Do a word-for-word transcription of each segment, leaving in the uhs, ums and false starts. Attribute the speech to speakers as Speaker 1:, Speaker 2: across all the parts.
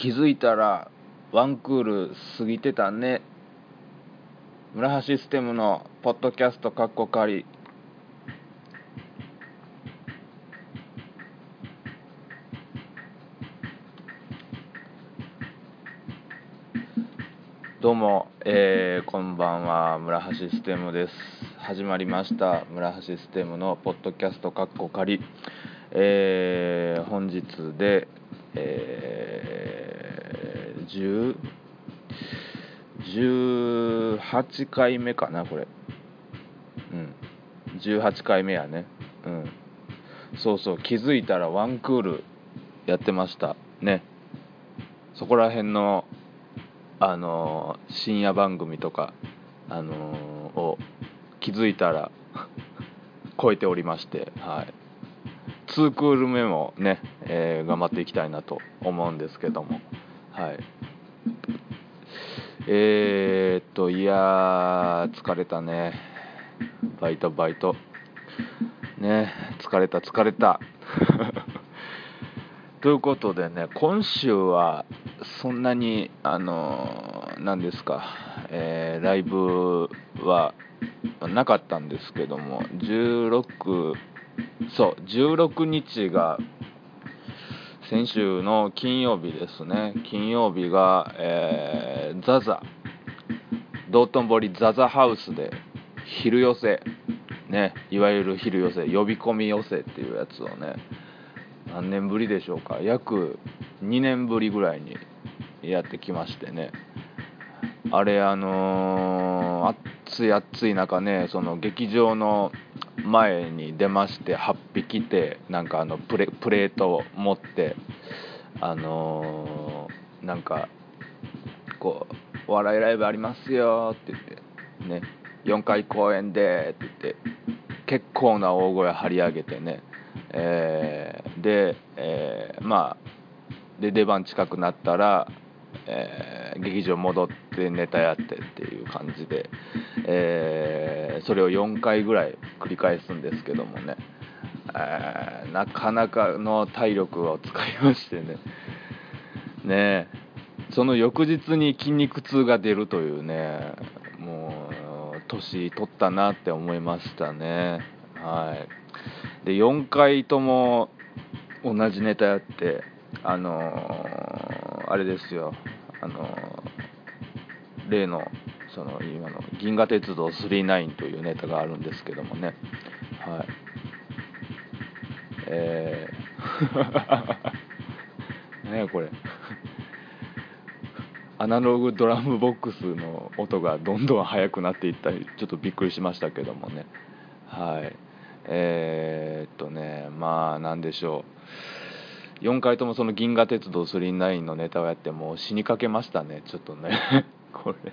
Speaker 1: 気づいたらワンクール過ぎてたね。村橋システムのポッドキャストカッコ仮。どうも、えー、こんばんは。村橋システムです。始まりました村橋システムのポッドキャストカッコ仮。えー、本日で、えー、じゅうじゅうはちかいめかな、これ。うんじゅうはちかいめやね。うんそうそう、気づいたらワンクールやってましたね。そこら辺のあのー、深夜番組とかあのー、を気づいたら超えておりまして、はい、にクール目もね、えー、頑張っていきたいなと思うんですけども、はい。えー、っといやー疲れたね。バイトバイトね、疲れた疲れたということでね、今週はそんなにあの何ですか、えー、ライブはなかったんですけども、じゅうろくそうじゅうろくにちが先週の金曜日ですね。金曜日が、えー、ザザ道頓堀ザザハウスで昼寄せね、いわゆる昼寄せ、呼び込み寄せっていうやつをね、何年ぶりでしょうか、約にねんぶりぐらいにやってきましてね。あれあのー、暑い暑い中ね、その劇場の前に出まして、はっぴきて、なんかあのプレ、プレートを持ってあのー、なんかこうお笑いライブありますよって言ってね、よんかい公演でって言って結構な大声張り上げてね、えー、で、えー、まあで出番近くなったら、えー、劇場戻ってネタやってっていう感じで、えー、それをよんかいぐらい繰り返すんですけどもね、えー、なかなかの体力を使いましてね、ねその翌日に筋肉痛が出るというね、もう年取ったなって思いましたね。はい。でよんかいとも同じネタやって、あのー、あれですよ、あのー、例のその今の銀河鉄道さんじゅうきゅうというネタがあるんですけどもね、はい。えー、ねこれアナログドラムボックスの音がどんどん速くなっていったり、ちょっとびっくりしましたけどもね。はい。えー、っとね、まあなんでしょう。よんかいともその銀河鉄道さんじゅうきゅうのネタをやってもう死にかけましたね、ちょっとね。これ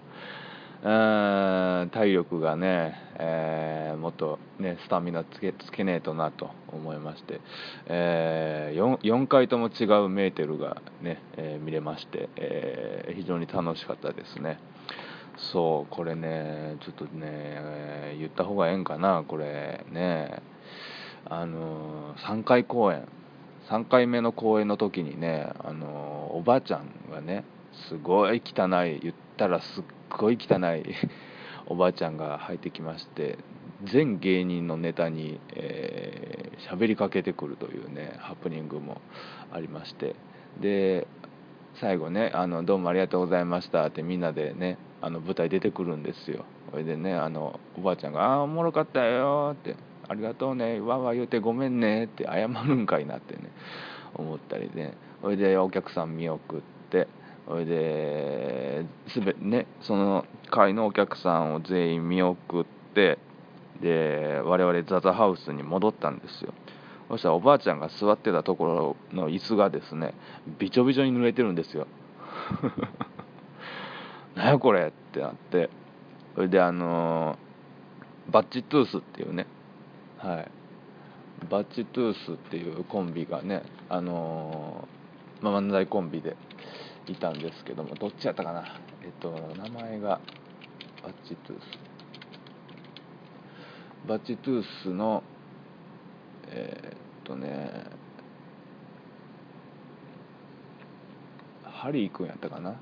Speaker 1: は。体力がね、えー、もっとねスタミナつけ、つけねえとなと思いまして、えー、よん, よんかいとも違うメーテルがね、えー、見れまして、えー、非常に楽しかったですね。そうこれねちょっとね、えー、言った方がええんかな、これね、あのー、さんかい公演さんかいめの公演の時にね、あのー、おばあちゃんがね、すごい汚い、言ったらすっごい汚いおばあちゃんが入ってきまして、全芸人のネタに喋、えー、りかけてくるというねハプニングもありまして、で最後ね、あのどうもありがとうございましたってみんなでね、あの舞台出てくるんですよ。それでね、あのおばあちゃんが「ああおもろかったよ」って「ありがとうね、わわ言うてごめんね」って謝るんかいなってね思ったりね。それでお客さん見送って、それですべねその会のお客さんを全員見送って、で我々ザザハウスに戻ったんですよ。そしたらおばあちゃんが座ってたところの椅子がですね、びちょびちょに濡れてるんですよ。なんやこれってなって、それであのー、バッチトゥースっていうね、はい、バッチトゥースっていうコンビがね、あのー、まあ、漫才コンビでいたんですけども、どっちやったかな、えっと名前がバッチトゥースバッチトゥースのえー、っとねハリーくんやったかな。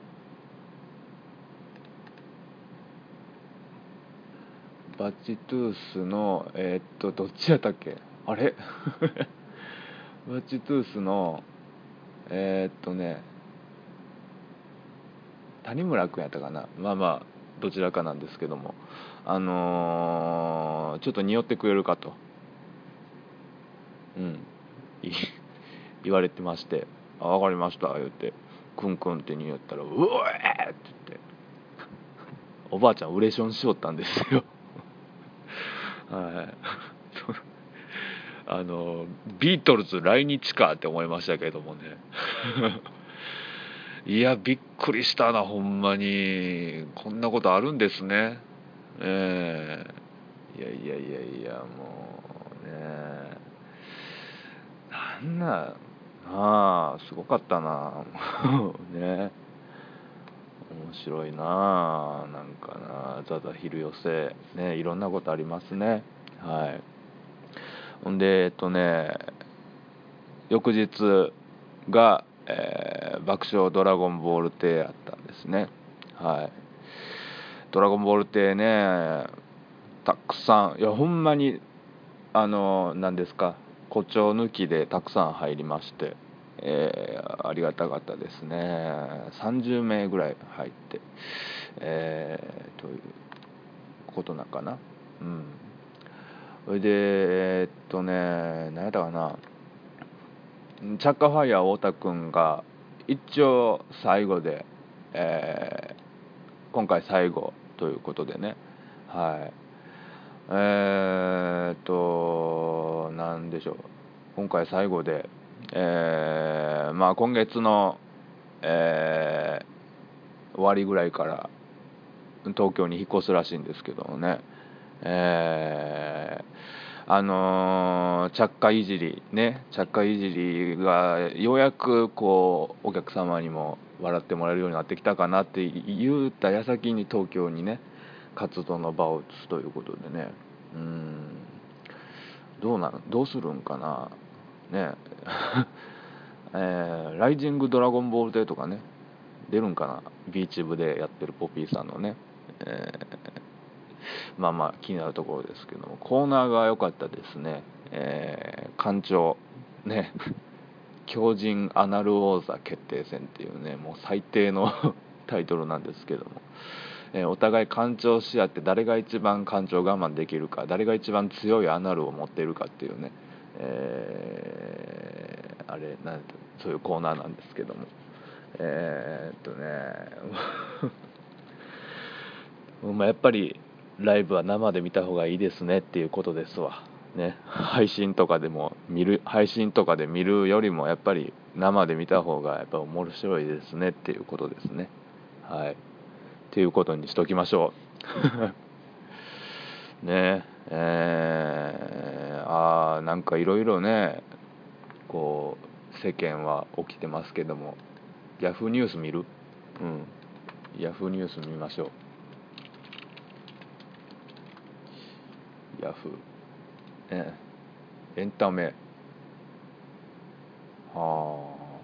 Speaker 1: バチトゥースのえー、っとどっちやったっけ、あれバチトゥースのえー、っとね谷村くんやったかな。まあまあどちらかなんですけども、あのー、ちょっと匂ってくれるかと、うん言われてまして、あ、分かりました言って、クンクンって匂ったら、うおえーって言っておばあちゃんウレションしよったんですよはいあのビートルズ来日かって思いましたけどもねいやびっくりしたな、ほんまにこんなことあるんですね。えー、いやいやいやいや、もうね、なんなあ、すごかったなね、面白いな、なんかな、ザザ昼寄せね、いろんなことありますね。はい。ほんでえっとね翌日が、えー爆笑ドラゴンボール亭やったんですね。はい。ドラゴンボール亭ね、たくさん、いやほんまにあの何ですか、誇張抜きでたくさん入りまして、えーありがたかったですね。さんじゅうめいぐらい入って、えーということなんかな。うん。それでえーっとね何やったかな、チャッカファイヤー太田くんが一応最後で、えー今回最後ということでね、はい、えーっとなんでしょう、今回最後で、えーまあ今月の、えー終わりぐらいから東京に引っ越すらしいんですけどもね、えーあのー、着火いじりね、着火いじりがようやくこうお客様にも笑ってもらえるようになってきたかなって言った矢先に東京にね活動の場を移すということでね、うーん、どうなんどうするんかなねえーライジングドラゴンボールデーとかね出るんかな、ビーチ部でやってるポピーさんのね、えーまあまあ気になるところですけども、コーナーが良かったですね。えー、館長ね狂人アナル王座決定戦っていうね、もう最低のタイトルなんですけども、えーお互い干潮し合って誰が一番干潮我慢できるか、誰が一番強いアナルを持っているかっていうね、えーあれなんてそういうコーナーなんですけども、えーっとねまあ、やっぱりライブは生で見た方がいいですねっていうことですわね。配信とかでも見る配信とかで見るよりもやっぱり生で見た方がやっぱ面白いですねっていうことですね。はい、っていうことにしときましょうね。えー、あーなんかいろいろねこう世間は起きてますけども、ヤフーニュース見る？うんヤフーニュース見ましょう。ヤフー、えーエンタメ、はあ、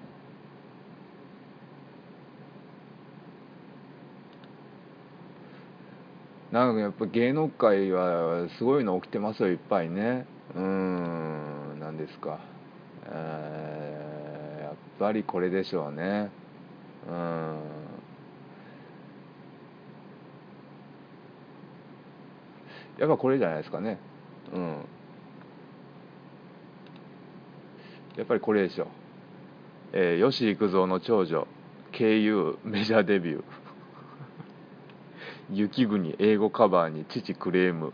Speaker 1: なんかやっぱ芸能界はすごいの起きてますよ、いっぱいね。うーん、なんですか、えーやっぱりこれでしょうね。うん、やっぱこれじゃないですかね。うん、やっぱりこれでしょう。えー、吉幾三の長女 ケーユー メジャーデビュー雪国英語カバーに父クレーム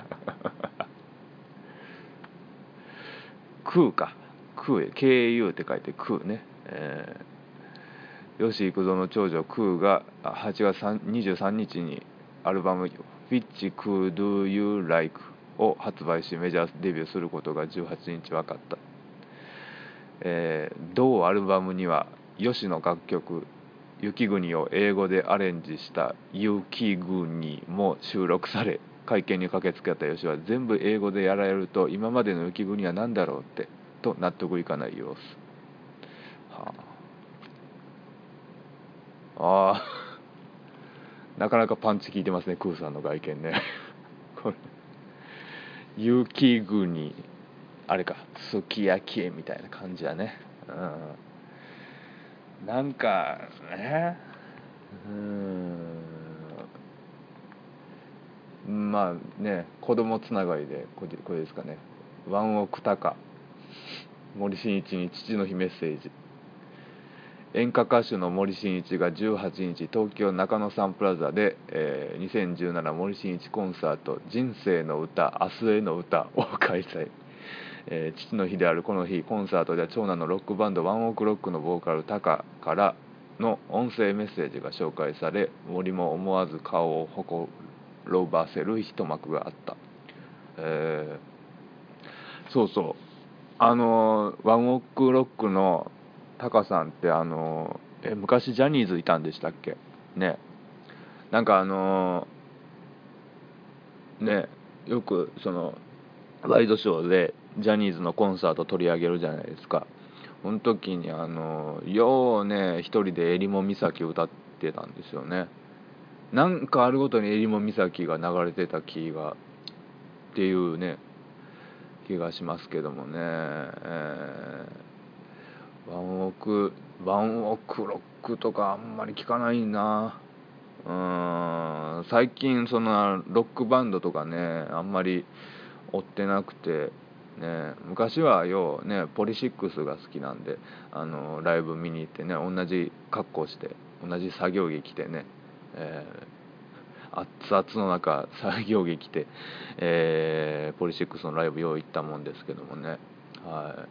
Speaker 1: クーかクーへ ケーユー って書いてクーね、えー、吉幾三の長女クーがはちがつにじゅうさんにちにアルバム Which Could Do You Like を発売しメジャーデビューすることがじゅうはちにち分かった。えー、同アルバムには吉の楽曲雪国を英語でアレンジした雪国も収録され、会見に駆けつけた吉は全部英語でやられると今までの雪国は何だろうってと納得いかない様子、はあ、 あなかなかパンチ効いてますね、クーさんの外見ねこれ雪国あれかすき焼きみたいな感じやね、うん、なんかねうーんまあね子供つながりでこれ、これですかね、ワンオクタカ森進一に父の日メッセージ。演歌歌手の森進一がじゅうはちにち東京中野サンプラザで、えー、にせんじゅうなな森進一コンサート人生の歌明日への歌を開催、えー、父の日であるこの日コンサートでは長男のロックバンドワンオクロックのボーカルタカからの音声メッセージが紹介され、森も思わず顔をほころばせる一幕があった、えー、そうそうあのワンオクロックのタカさんってあのえ昔ジャニーズいたんでしたっけね。なんかあのねよくそのワイドショーでジャニーズのコンサート取り上げるじゃないですか。その時にあのようね一人でえりも岬歌ってたんですよね。なんかあるごとにえりも岬が流れてた気がっていうね気がしますけどもね、えー、ワンオクワンオクロックとかあんまり聞かないな。うーん最近そのロックバンドとかねあんまり追ってなくてね、昔はようねポリシックスが好きなんであのライブ見に行ってね同じ格好して同じ作業着着てね、えー、熱々の中作業着着て、えー、ポリシックスのライブよう行ったもんですけどもね、はい、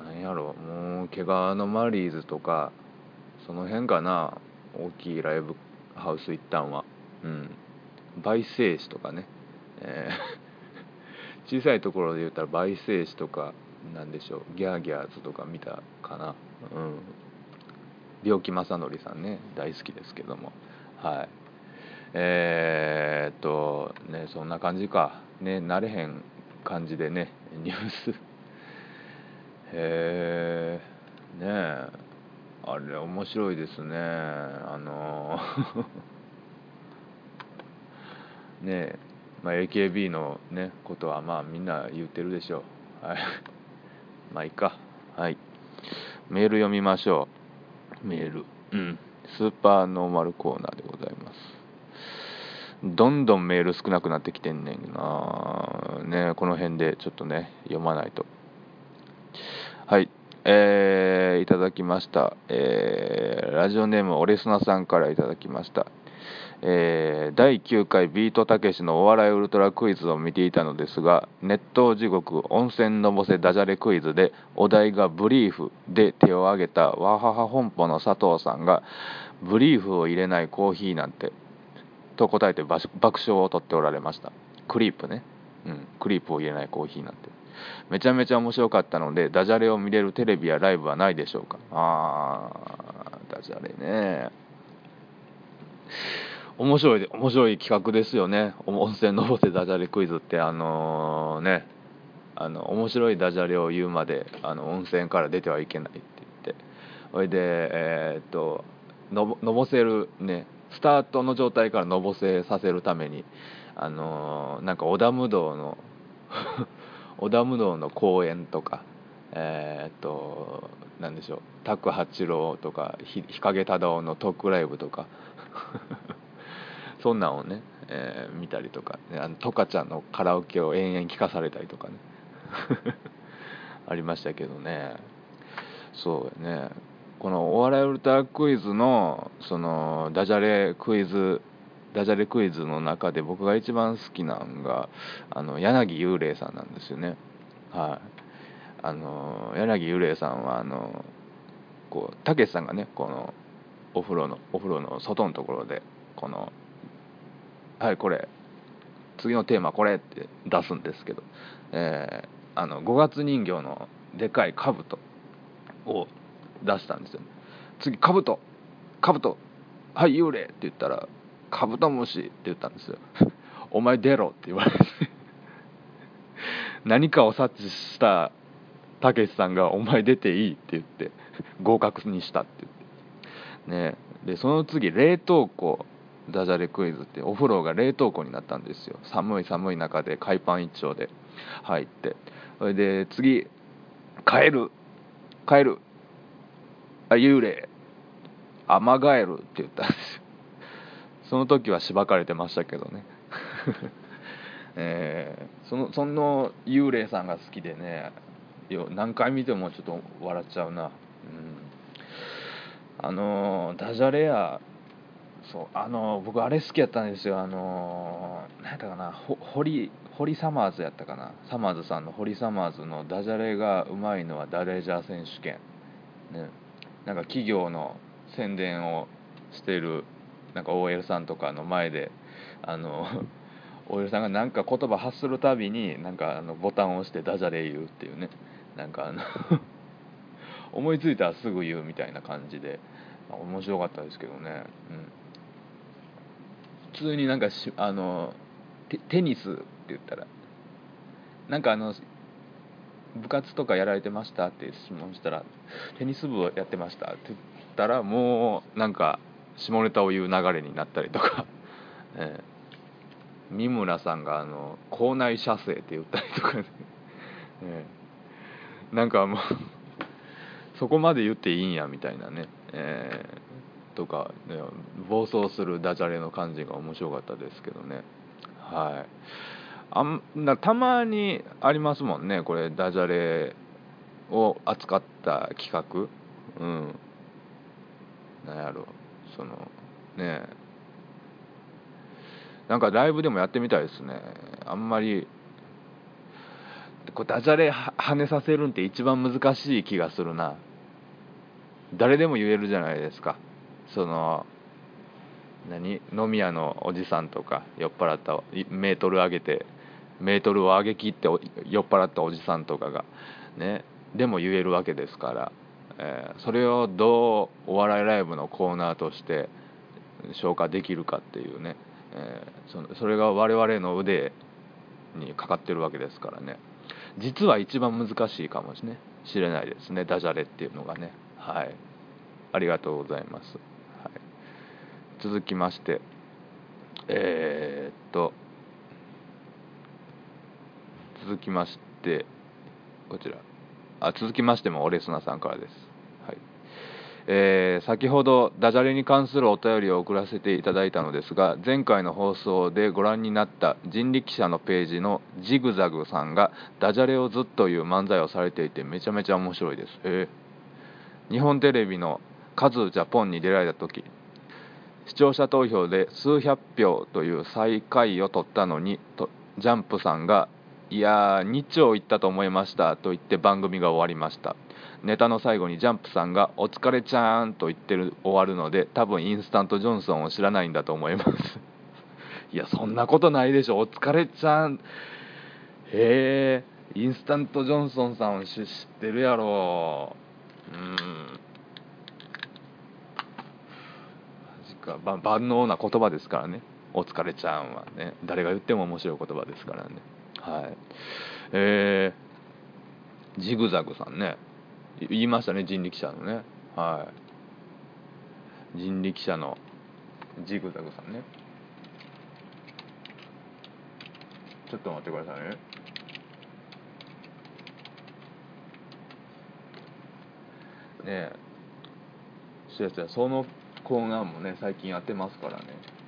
Speaker 1: なんやろもう毛皮のマリーズとかその辺かな、大きいライブハウス行ったんは、うん、倍生詞とかね、えー、小さいところで言ったら倍生詞とかなんでしょうギャーギャーズとか見たかな、うん、病気正則さんね大好きですけども、はいえー、っとねそんな感じかね慣れへん感じでねニュースへえねえあれ面白いですねあのねえ、まあ、エーケービー のねことはまあみんな言ってるでしょう、はいまあいいか、はいメール読みましょう。メールうんスーパーノーマルコーナーでございます。どんどんメール少なくなってきてんねんなね、この辺でちょっとね読まないと。はいえー、いただきました、えー、ラジオネームオレスナさんからいただきました。えー、だいきゅうかいビートたけしのお笑いウルトラクイズを見ていたのですが、熱湯地獄温泉のぼせダジャレクイズでお題がブリーフで手を挙げたワハハ本舗の佐藤さんがブリーフを入れないコーヒーなんてと答えて爆笑を取っておられました。クリープね、うん、クリープを入れないコーヒーなんてめちゃめちゃ面白かったのでダジャレを見れるテレビやライブはないでしょうか。あーダジャレね面白い面白い企画ですよね。温泉のぼせダジャレクイズってあのー、ねあの面白いダジャレを言うまであの温泉から出てはいけないって言ってそれでえー、っとのぼせるねスタートの状態からのぼせさせるためにあのー、なんか織田無道の織田無道の公演とかえー、っとなんでしょう拓八郎とか日陰忠夫のトークライブとかそんなんをね、えー、見たりとか、ね、あのトカちゃんのカラオケを延々聞かされたりとかねありましたけどね。そうねこのお笑いウルトラクイズのそのダジャレクイズダジャレクイズの中で僕が一番好きなのがあの柳幽霊さんなんですよね。はいあの柳幽霊さんはあのこうたけしさんがねこのお風呂のお風呂の外のところでこのはいこれ次のテーマこれって出すんですけど、えー、あのごがつ人形のでかい兜を出したんですよ。次兜兜はい幽霊って言ったらカブトムシって言ったんですよお前出ろって言われて何かを察知したたけしさんがお前出ていいって言って合格にしたって言ってね。でその次冷凍庫ダジャレクイズって、お風呂が冷凍庫になったんですよ。寒い寒い中で海パン一丁で入って、それで次カエルカエルあ幽霊アマガエルって言ったんですよ。その時はしばかれてましたけどね。えー、そのその幽霊さんが好きでね、よ何回見てもちょっと笑っちゃうな。うん、あのダジャレや、そうあの僕あれ好きやったんですよ。あの何やったかな、ほ堀堀サマーズやったかな、サマーズさんの堀サマーズのダジャレがうまいのはダレジャー選手権ね。なんか企業の宣伝をしているなんか オーエル さんとかの前で、あのオーエル さんがなんか言葉発するたびになんかあのボタンを押してダジャレ言うっていうね、なんかあの思いついたらすぐ言うみたいな感じで面白かったですけどね。うん、普通になんかしあの テ, テニスって言ったらなんかあの部活とかやられてましたって質問したらテニス部をやってましたって言ったら、もうなんか下ネタを言う流れになったりとか、えー、三村さんがあの校内射精って言ったりとかね、えー、なんかもうそこまで言っていいんやみたいなね、えー、とか、ね、暴走するダジャレの感じが面白かったですけどね。はい。あんなたまにありますもんね、これダジャレを扱った企画。うん、なんやろ、そのね、なんかライブでもやってみたいですね。あんまりこうダジャレは跳ねさせるんって一番難しい気がするな。誰でも言えるじゃないですか。その何飲み屋のおじさんとか酔っ払ったメートル上げてメートルを上げきって酔っ払ったおじさんとかがね、でも言えるわけですから、えーそれをどうお笑いライブのコーナーとして消化できるかっていうね、えーそのそれが我々の腕にかかってるわけですからね。実は一番難しいかもしれないですね、ダジャレっていうのがね。はい、ありがとうございます。はい、続きましてえー、っと続きましてこちらあ続きましてもオレスナさんからです。はい、えー先ほどダジャレに関するお便りを送らせていただいたのですが、前回の放送でご覧になった人力車のページのジグザグさんがダジャレをずっという漫才をされていてめちゃめちゃ面白いです。えー日本テレビのカズジャポンに出られた時、視聴者投票で数百票という最下位を取ったのにとジャンプさんがいやーに丁いったと思いましたと言って番組が終わりました。ネタの最後にジャンプさんがお疲れちゃーんと言ってる終わるので、多分インスタントジョンソンを知らないんだと思いますいやそんなことないでしょ、お疲れちゃん。へえ、インスタントジョンソンさんを知ってるやろ。うーん、か万能な言葉ですからね、お疲れちゃんはね、誰が言っても面白い言葉ですからね。はい。えー、ジグザグさんね、言いましたね、人力車のね。はい、人力車のジグザグさんね。ちょっと待ってくださいね。ねえ、そのコーナーもね最近やってますからね。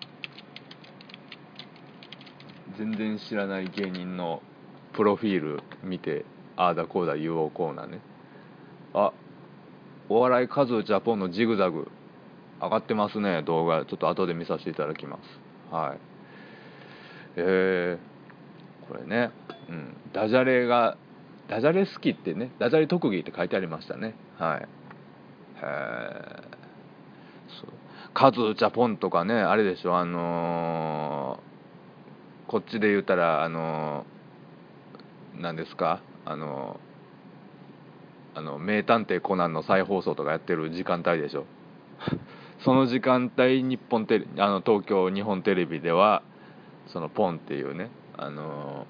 Speaker 1: 全然知らない芸人のプロフィール見てああだこうだ言おうコーナーね。あ、お笑いカズジャポンのジグザグ上がってますね、動画。ちょっと後で見させていただきます。はい。えー、これね、うん、ダジャレがダジャレ好きってね、ダジャレ特技って書いてありましたね。はい。へー、そうカズジャポンとかね、あれでしょ、あのーこっちで言うたらあのー、何ですか、あのー、あの名探偵コナンの再放送とかやってる時間帯でしょその時間帯日本テレあの東京日本テレビではそのポンっていうね、あの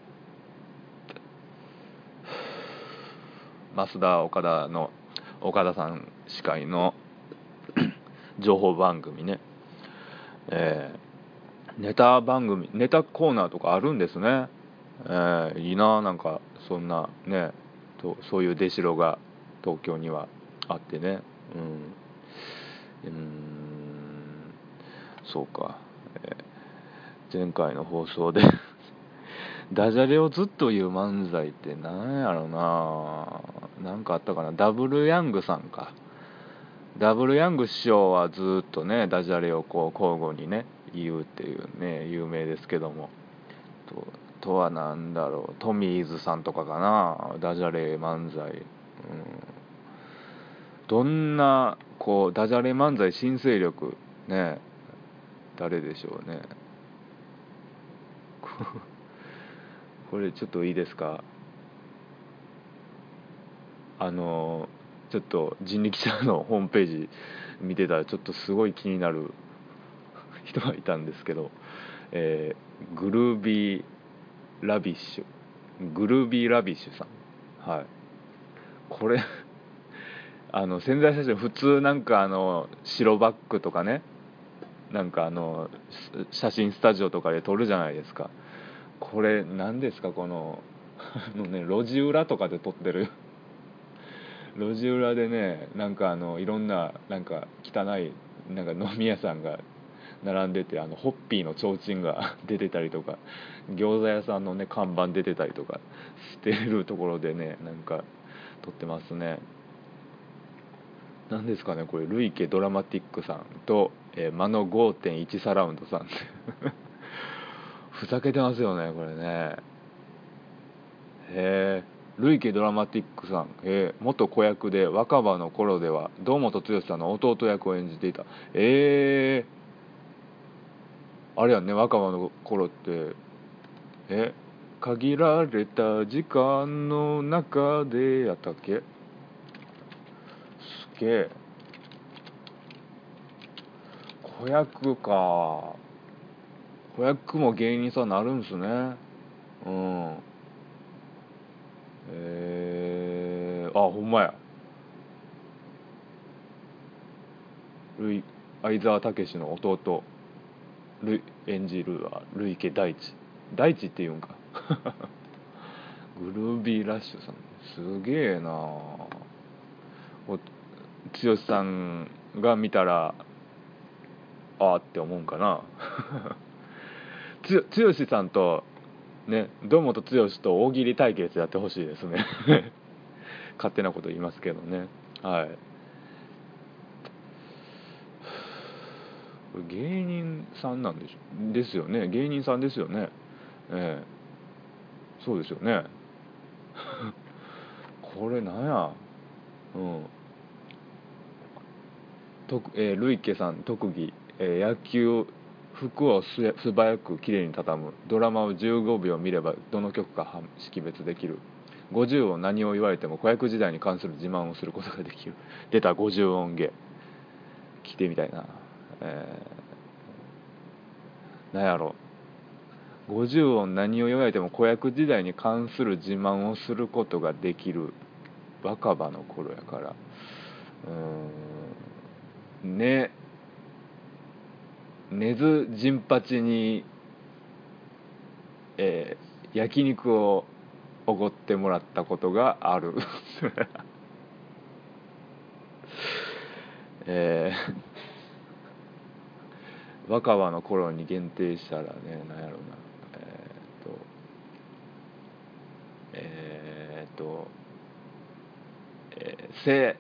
Speaker 1: ー、増田岡田の岡田さん司会の情報番組ね、えー、ネタ番組ネタコーナーとかあるんですね、えー、いいな、なんかそんなねとそういう出城が東京にはあってね、うん、うーんそうか、えー、前回の放送でダジャレをずっと言う漫才ってなんやろな、なんかあったかな。ダブルヤングさんか、ダブルヤング師匠はずっとねダジャレをこう交互にね言うっていうね有名ですけども、ととはなんだろう、トミーズさんとかかな、ダジャレ漫才、うん、どんなこうダジャレ漫才新勢力ね、誰でしょうねこれちょっといいですか、あのちょっと人力車のホームページ見てたらちょっとすごい気になる人がいたんですけど、えー、グルービーラビッシュグルービーラビッシュさん、はい、これあの宣材写真普通なんかあの白バックとかね、なんかあの写真スタジオとかで撮るじゃないですか。これ何ですか、このあのね路地裏とかで撮ってる路地裏でね、なんかあのいろんななんか汚いなんか飲み屋さんが並んでて、あのホッピーの提灯が出てたりとか、餃子屋さんのね看板出てたりとかしてるところでね、なんか撮ってますね。なんですかねこれ、ルイケドラマティックさんと、えー、マノ ごてんいち サラウンドさんふざけてますよねこれね。へえ、ルイケドラマティックさん、えー、元子役で若葉の頃では堂本剛さんの弟役を演じていた。えー、あれやんね、若葉の頃ってえ限られた時間の中でやったっけ。すげえ、子役か、子役も芸人さんなるんすね。うん、えー、あほんまや、ルイ相沢武の弟ルイ演じるはルイケ大地大地って言うんかグルービーラッシュさんすげえな、お剛さんが見たらあーって思うんかなつ剛さんとね堂本剛と大喜利対決やってほしいですね勝手なこと言いますけどね、はい。芸人さんなんでしょですよね、芸人さんですよね、ええ、そうですよねこれなんや、うんと、えー、ルイケさん特技、えー、野球服をす素早くきれいに畳む、ドラマをじゅうごびょう見ればどの曲か識別できる、ごじゅう音何を言われても子役時代に関する自慢をすることができる。出たごじゅう音芸聞いてみたいな、えー、なんやろ、ごじゅう音何を言われても子役時代に関する自慢をすることができる、若葉の頃やから、うーんね、根津陣八に、えー焼肉をおごってもらったことがあるえー、若葉の頃に限定したらね、なんやろうな、えー、っとえー、っと、えー、せ、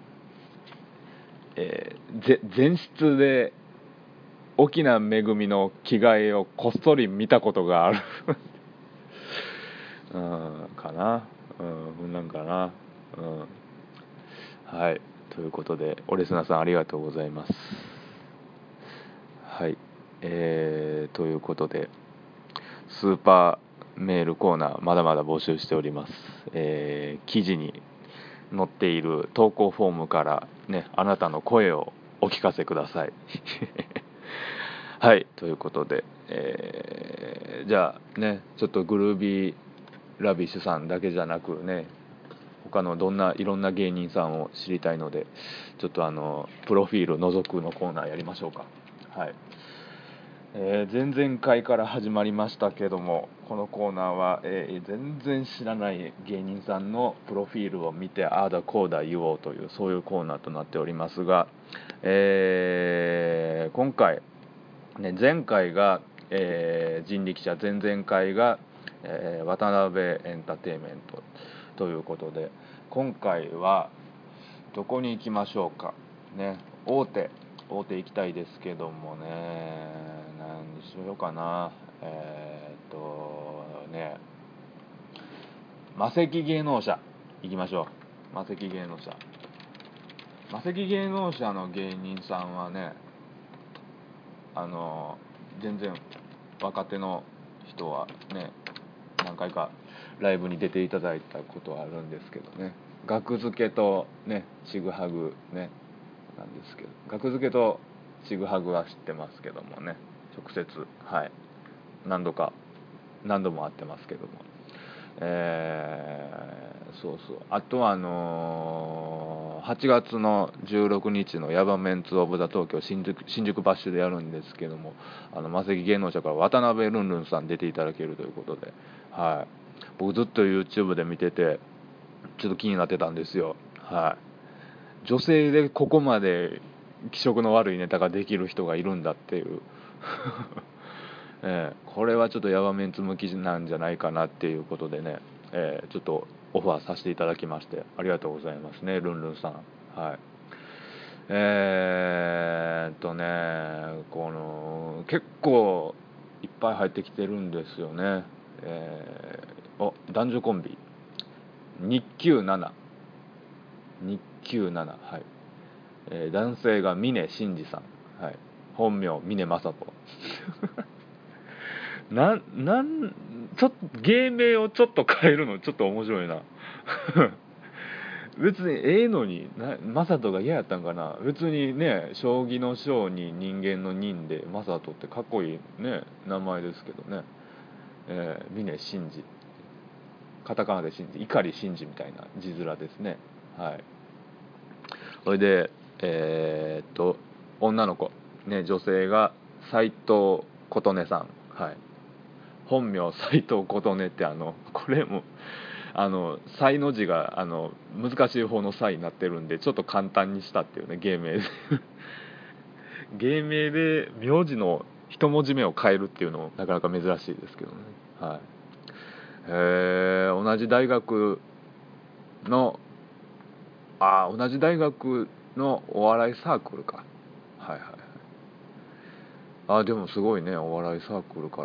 Speaker 1: えー、ぜ前室で沖縄めぐみの着替えをこっそり見たことがあるうんかな、うん、なんかな、うん、はい、ということでオレスナさんありがとうございます。はい、えー、ということでスーパーメールコーナーまだまだ募集しております。えー、記事に載っている投稿フォームからね、あなたの声をお聞かせくださいはい、ということで、えー、じゃあね、ちょっとグルービーラビッシュさんだけじゃなくね、 他のどんないろんな芸人さんを知りたいので、ちょっとあのプロフィール覗くのコーナーやりましょうか。はい、えー、前々回から始まりましたけども、このコーナーは、えー、全然知らない芸人さんのプロフィールを見てああだこうだ言おうという、そういうコーナーとなっておりますが、えー、今回、ね、前回が、えー、人力車、前々回が、えー、渡辺エンターテインメントということで、今回はどこに行きましょうかね。大手大手行きたいですけどもね、何にしようかな。えー、っとね魔石芸能者行きましょう。魔石芸能者魔石芸能者の芸人さんはね、あの全然若手の人はね、何回かライブに出ていただいたことはあるんですけどね、学付けとねちぐはぐねなんですけど、学付けとちぐはぐは知ってますけどもね、直接はい何度か何度も会ってますけども、えー、そうそう、あとはあのー、はちがつのじゅうろくにちのヤバメンツオブザ東京新宿新宿バッシュでやるんですけども、あの魔石芸能者から渡辺ルンルンさん出ていただけるということで、はい、僕ずっと YouTube で見ててちょっと気になってたんですよ。はい、女性でここまで気色の悪いネタができる人がいるんだっていうえー、これはちょっとヤバメンツ向きなんじゃないかなっていうことでね、えー、ちょっとオファーさせていただきましてありがとうございますね、ルンルンさん。はい、えーっとねこの結構いっぱい入ってきてるんですよね。えー、お男女コンビ日給なな日給なな、はい、えー、男性が峰真司さん、はい、本名峰雅人ななんちょっと芸名をちょっと変えるのちょっと面白いな別にええのにな、マサトが嫌やったんかな。別にね、将棋の将に人間の人でマサトってかっこいいね名前ですけどね、えー、峰真司、カタカナで真司、碇真司みたいな字面ですね。はい、それでえー、っと女の子ね、女性が斉藤琴音さん、はい、本名斉藤琴音って、あのこれもあの才の字があの難しい方の才になってるんでちょっと簡単にしたっていうね、芸名で芸名で名字の一文字目を変えるっていうのもなかなか珍しいですけどね。はい、えー、同じ大学のあ同じ大学のお笑いサークルか。はいはいはい。あでもすごいね、お笑いサークルから。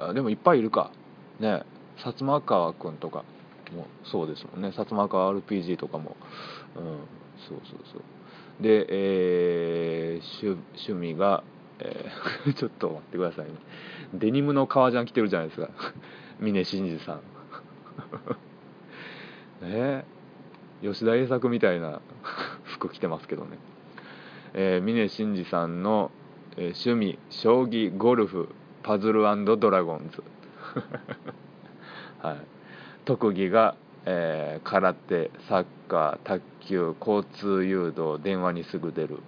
Speaker 1: あでもいっぱいいるかね。薩摩川くんとかもそうですもんね。薩摩川 アールピージー とかも、うん、そうそうそう。で、えー、趣, 趣味が、えー、ちょっと待ってくださいね。デニムの革ジャン着てるじゃないですか峰真司さんね、吉田栄作みたいな服着てますけどね。えー、峰真司さんの、えー、趣味将棋、ゴルフ、パズル&ドラゴンズはい、特技が、えー、空手、サッカー、卓球、交通誘導、電話にすぐ出る、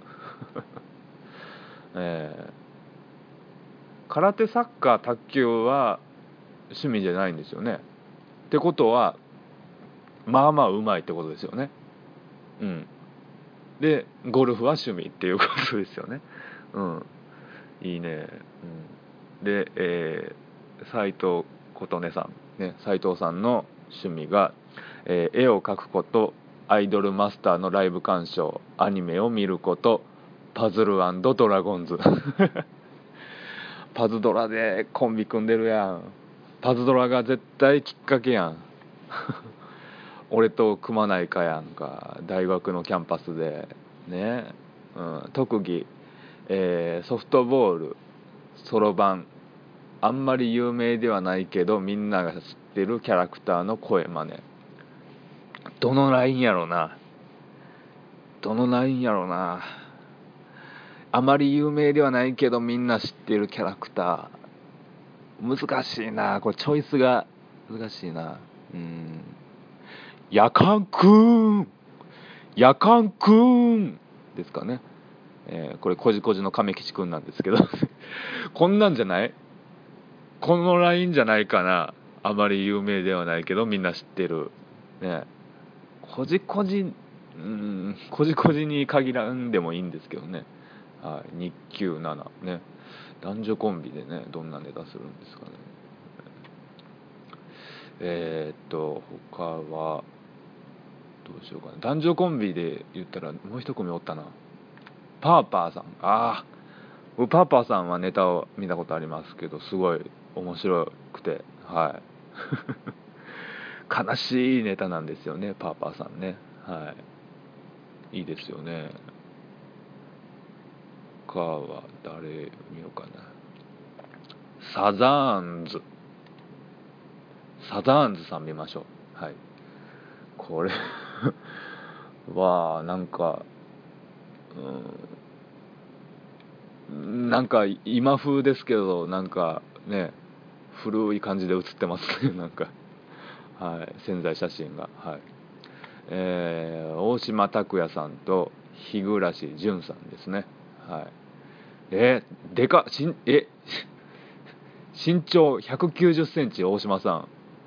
Speaker 1: えー、空手、サッカー、卓球は趣味じゃないんですよね。ってことはまあまあうまいってことですよね。うん。でゴルフは趣味っていうことですよね。うん。いいね。うん、で、えー、斉藤琴音さんね、斉藤さんの趣味が、えー、絵を描くこと、アイドルマスターのライブ鑑賞、アニメを見ること、パズル&ドラゴンズパズドラでコンビ組んでるやん。パズドラが絶対きっかけやん俺と組まないかやんか、大学のキャンパスでね。うん、特技、えー、ソフトボール、そろばん、あんまり有名ではないけどみんなが知ってるキャラクターの声真似。どのラインやろなどのラインやろなあまり有名ではないけどみんな知ってるキャラクター、難しいなこれ、チョイスが難しいな。うん夜間くん夜間くんですかね、えー、これこじこじの亀吉くんなんですけどこんなんじゃない？このラインじゃないかな。あまり有名ではないけどみんな知ってるね。こじこじ、うーん、こじこじに限らんでもいいんですけどね。はい、日給ななね、男女コンビでね、どんなネタするんですかね。えー、っと他はどうしようかな。男女コンビで言ったらもう一組おったな。パーパーさん。ああ、パーパーさんはネタを見たことありますけど、すごい面白くて、はい悲しいネタなんですよね、パーパーさんね。はいいいですよね。他は誰見ようかな。サザーンズサザーンズさん見ましょう。はい、これはなんか、うん、なんか今風ですけど、なんかね、古い感じで写ってますねなんか、はい、宣材写真が、はい、えー、大島拓也さんと日暮淳さんですね。はい、えー、でかしんえ身長ひゃくきゅうじゅっセンチ大島さ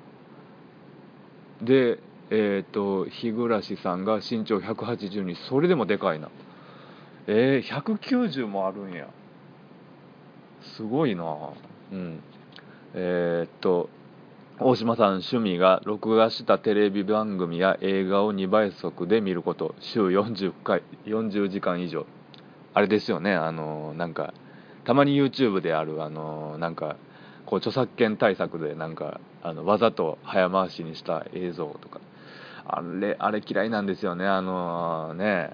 Speaker 1: んで、えー、と日暮さんが身長ひゃくはちじゅうに、それでもでかいな。えー、ひゃくきゅうじゅうもあるんや、すごいな。うんえー、っと大島さん趣味が録画したテレビ番組や映画をにばい速で見ること、週よんじゅっかいよんじゅうじかん以上。あれですよね、あのなんかたまに YouTube であるあのなんかこう著作権対策でなんかあのわざと早回しにした映像とか、あれあれ嫌いなんですよね。あのね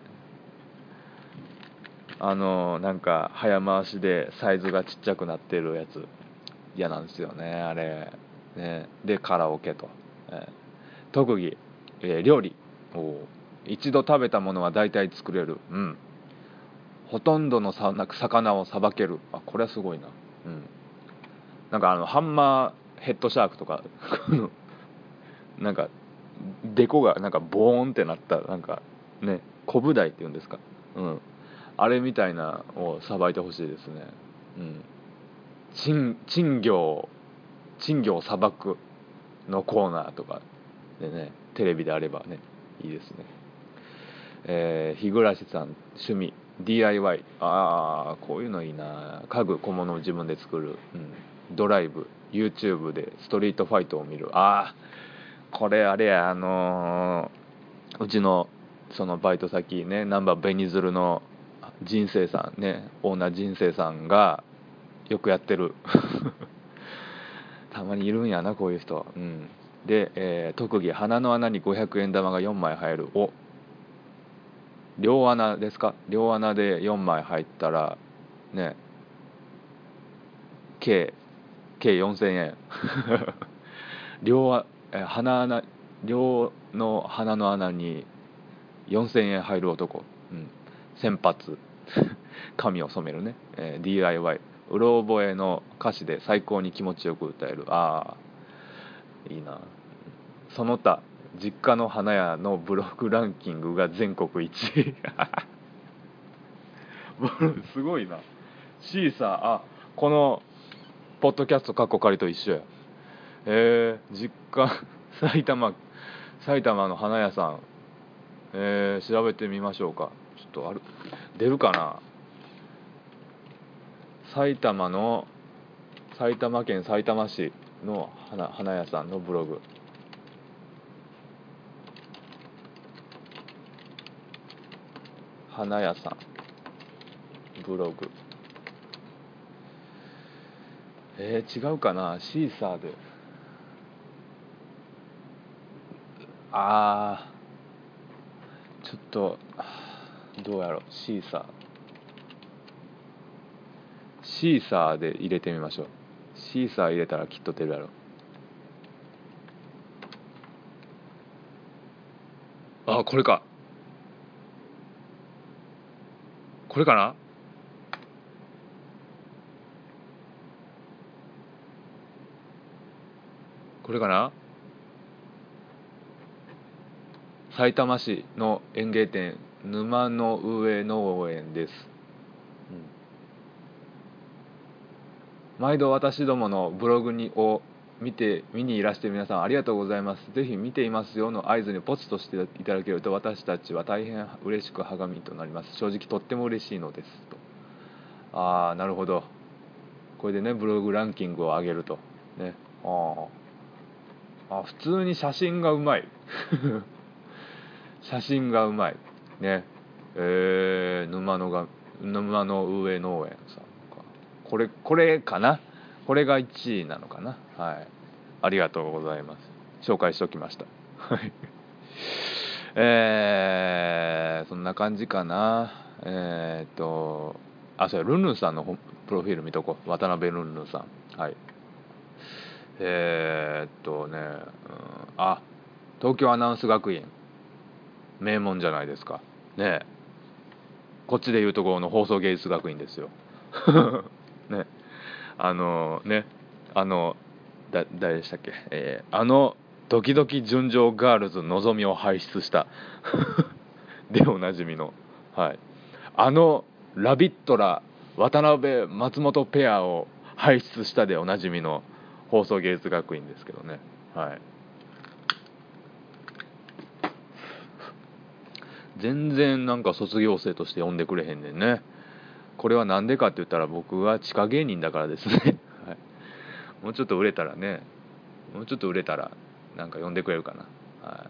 Speaker 1: あのなんか早回しでサイズがちっちゃくなってるやつ嫌なんですよね、あれね。でカラオケと、えー特技、えー料理。お一度食べたものは大体作れる。うん。ほとんどのさなんか魚をさばける。あ、これはすごいな。うん。なんかあのハンマーヘッドシャークとかなんかデコがなんかボーンってなったなんかね、コブダイっていうんですか。うん。あれみたいなをさばいてほしいですね。うん。珍珍魚珍魚をさばくのコーナーとかでね、テレビであればね、いいですね。えー、日暮さん趣味 ディーアイワイ。 ああ、こういうのいいな。家具小物を自分で作る、うん、ドライブ YouTube でストリートファイトを見る。ああ、これあれや、あのーうちのそのバイト先ね、ナンバーベニズルの人生さんね、オーナー人生さんがよくやってるたまにいるんやなこういう人。うん、で、えー特技鼻の穴にごひゃくえん玉がよんまい入る。お、両穴ですか。両穴でよんまい入ったらね、計計よんせんえん両あえ鼻穴両の鼻の穴によんせんえん入る男、うん、先発髪を染めるね、えー ディーアイワイ うろ覚えの歌詞で最高に気持ちよく歌える。ああ、いいな。その他実家の花屋のブログランキングが全国いちいすごいな。シーサー、あ、このポッドキャストカッコ仮と一緒や。えー、実家埼玉埼玉の花屋さん、えー、調べてみましょうか。ちょっとある出るかな。埼玉の埼玉県さいたま市の花花屋さんのブログ。花屋さんブログ。えー、違うかな。シーサーで、あーちょっとどうやろ。シーサーシーサーで入れてみましょう。シーサー入れたらきっと出るやろ。あ、これか。これかな。これかな。 さいたま市の園芸店沼の上農園です、うん、毎度私どものブログにを見て見にいらしている皆さんありがとうございます。ぜひ見ていますよの合図にポチとしていただけると私たちは大変嬉しく励みとなります。正直とっても嬉しいのですと。ああなるほど、これでねブログランキングを上げるとね。ああ普通に写真がうまい写真がうまいね。えー、沼のが沼の上農園さんか、これこれかな、これがいちいなのかな。はい、ありがとうございます。紹介しておきましたはいえー、そんな感じかな。えー、っとあそうやルンルンさんのプロフィール見とこう。渡辺ルンルンさん、はい。えー、っとね、うん、あ東京アナウンス学院名門じゃないですかね。こっちでいうところの放送芸術学院ですよね。あのねあのだ誰でしたっけ、えー、あのドキドキ純情ガールズのぞみを輩出したでおなじみの、はい、あのラビットラ渡辺松本ペアを輩出したでおなじみの放送芸術学院ですけどね、はい、全然なんか卒業生として呼んでくれへんねんね。これはなんでかって言ったら僕は地下芸人だからですね、はい、もうちょっと売れたらねもうちょっと売れたらなんか呼んでくれるかな、はい、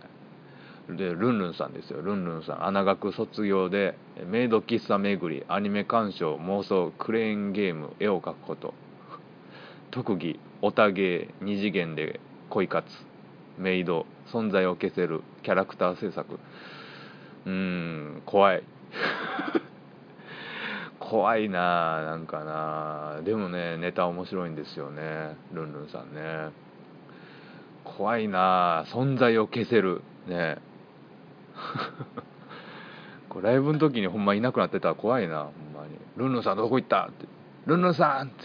Speaker 1: でルンルンさんですよ。ルンルンさん穴学卒業でメイド喫茶巡りアニメ鑑賞妄想クレーンゲーム絵を描くこと特技オタ芸二次元で恋活メイド存在を消せるキャラクター制作。うーん怖い怖いな、なんかな。でもねネタ面白いんですよねルンルンさんね。怖いな、存在を消せるねこれライブの時にほんまいなくなってたら怖いな、ほんまに。ルンルンさんどこ行ったって、ルンルンさんって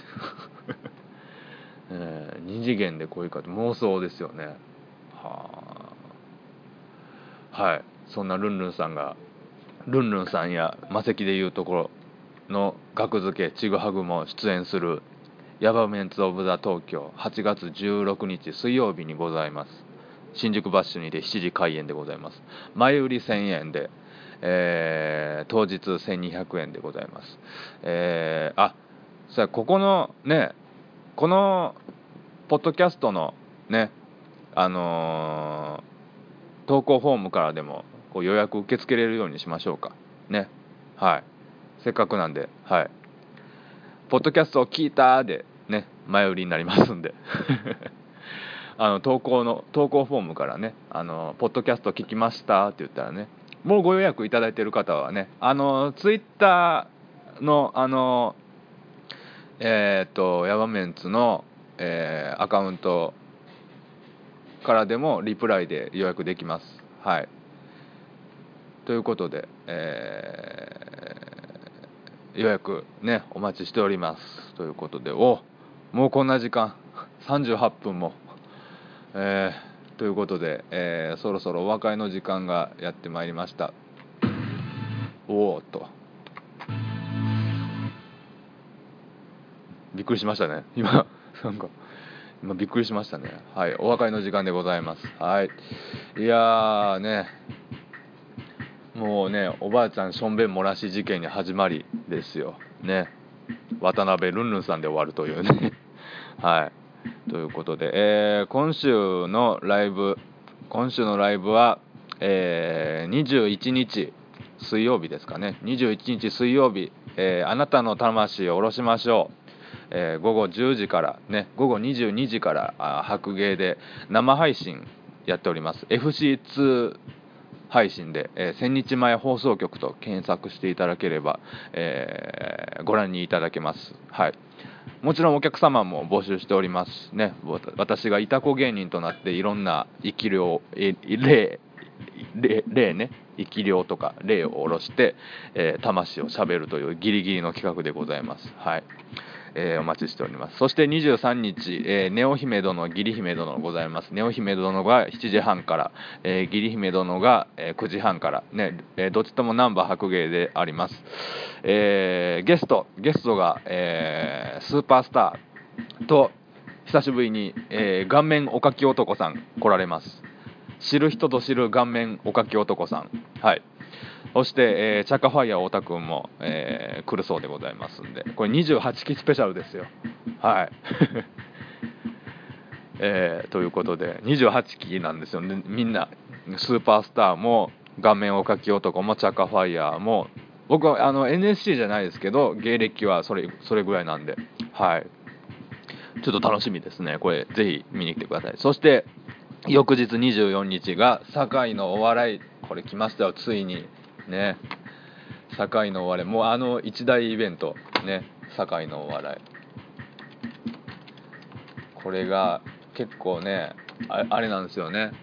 Speaker 1: えー、二次元でこういうか妄想ですよね。はあ、はい、そんなルンルンさんがルンルンさんや魔石でいうところの学付けちぐはぐも出演するヤバメンツオブザ東京はちがつじゅうろくにち水曜日にございます。新宿バッシュにてしちじ開演でございます。前売りせんえんで、えー、当日せんにひゃくえんでございます。えー、あさあここのねこのポッドキャストのねあのー、投稿フォームからでもこう予約受け付けれるようにしましょうかね。はい、せっかくなんで、はい、ポッドキャストを聞いたでね前売りになりますんであの投稿の投稿フォームからねあのポッドキャスト聞きましたって言ったらね、もうご予約いただいている方はねあのツイッターのあのえっ、ー、とヤバメンツの、えー、アカウントからでもリプライで予約できます。はい、ということで、えー、予約ねお待ちしておりますということで、おもうこんな時間さんじゅうはっぷんも、えー、ということで、えー、そろそろお別れの時間がやってまいりました。おーっとびっくりしましたね今なんか今びっくりしましたね。はい、お別れの時間でございます。はい、いやーねもうねおばあちゃんしょんべん漏らし事件に始まりですよね。渡辺ルンルンさんで終わるというねはいということで、えー、今週のライブ今週のライブは、えー、にじゅういちにち水曜日ですかね。にじゅういちにち水曜日、えー、あなたの魂を下ろしましょう、えー、午後じゅうじからね午後にじゅうにじからあ白芸で生配信やっております。 エフシーツー 配信で、えー、千日前放送局と検索していただければ、えー、ご覧にいただけます。はい、もちろんお客様も募集しておりますね。私がいたこ芸人となっていろんな生き量例例ね生き量とか例を下ろして、えー、魂をしゃべるというギリギリの企画でございます。はい、 えー、お待ちしております。そしてにじゅうさんにち、えー、ネオ姫殿義理姫殿ございます。ネオ姫殿がしちじはんから、えー、義理姫殿が、えー、くじはんからね、えー、どっちともナンバー白芸であります。えー、ゲストゲストが、えー、スーパースターと久しぶりに、えー、顔面おかき男さん来られます。知る人ぞ知る顔面おかき男さん、はい。そして、えー、チャカファイヤー太田くんも、えー、来るそうでございますんで、これにじゅうはちきスペシャルですよ。はい、えー、ということでにじゅうはちきなんですよね。みんなスーパースターも顔面おかき男もチャカファイヤーも、僕はあの エヌエスシー じゃないですけど芸歴はそれそれぐらいなんで、はい、ちょっと楽しみですね。これぜひ見に来てください。そして翌日にじゅうよっかが堺のお笑い、これ来ましたよついにね。堺のお笑い、もうあの一大イベントね、堺のお笑い、これが結構ね あ, あれなんですよね。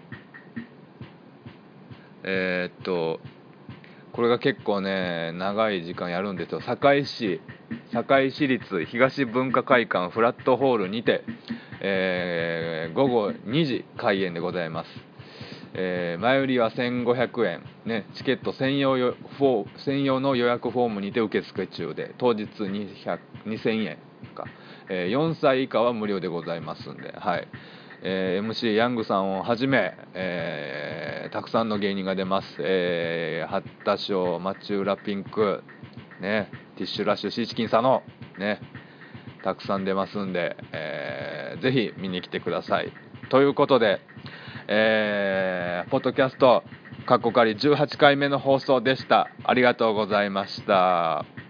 Speaker 1: えー、っとこれが結構ね長い時間やるんですよ。堺市堺市立東文化会館フラットホールにて、えー、ごごにじ開演でございます。えー、前売りはせんごひゃくえん、ね、チケット専用よフォー専用の予約フォームにて受付中で、当日にせんえんか、えー、よんさい以下は無料でございますんで、はい。えー、エムシー ヤングさんをはじめ、えー、たくさんの芸人が出ます。えー、八田賞、町浦ピンク、ね、ティッシュラッシュ、シーチキン佐野、ね、たくさん出ますんで、えー、ぜひ見に来てください。ということで、えー、ポッドキャストカッコカリじゅうはちかいめの放送でした。ありがとうございました。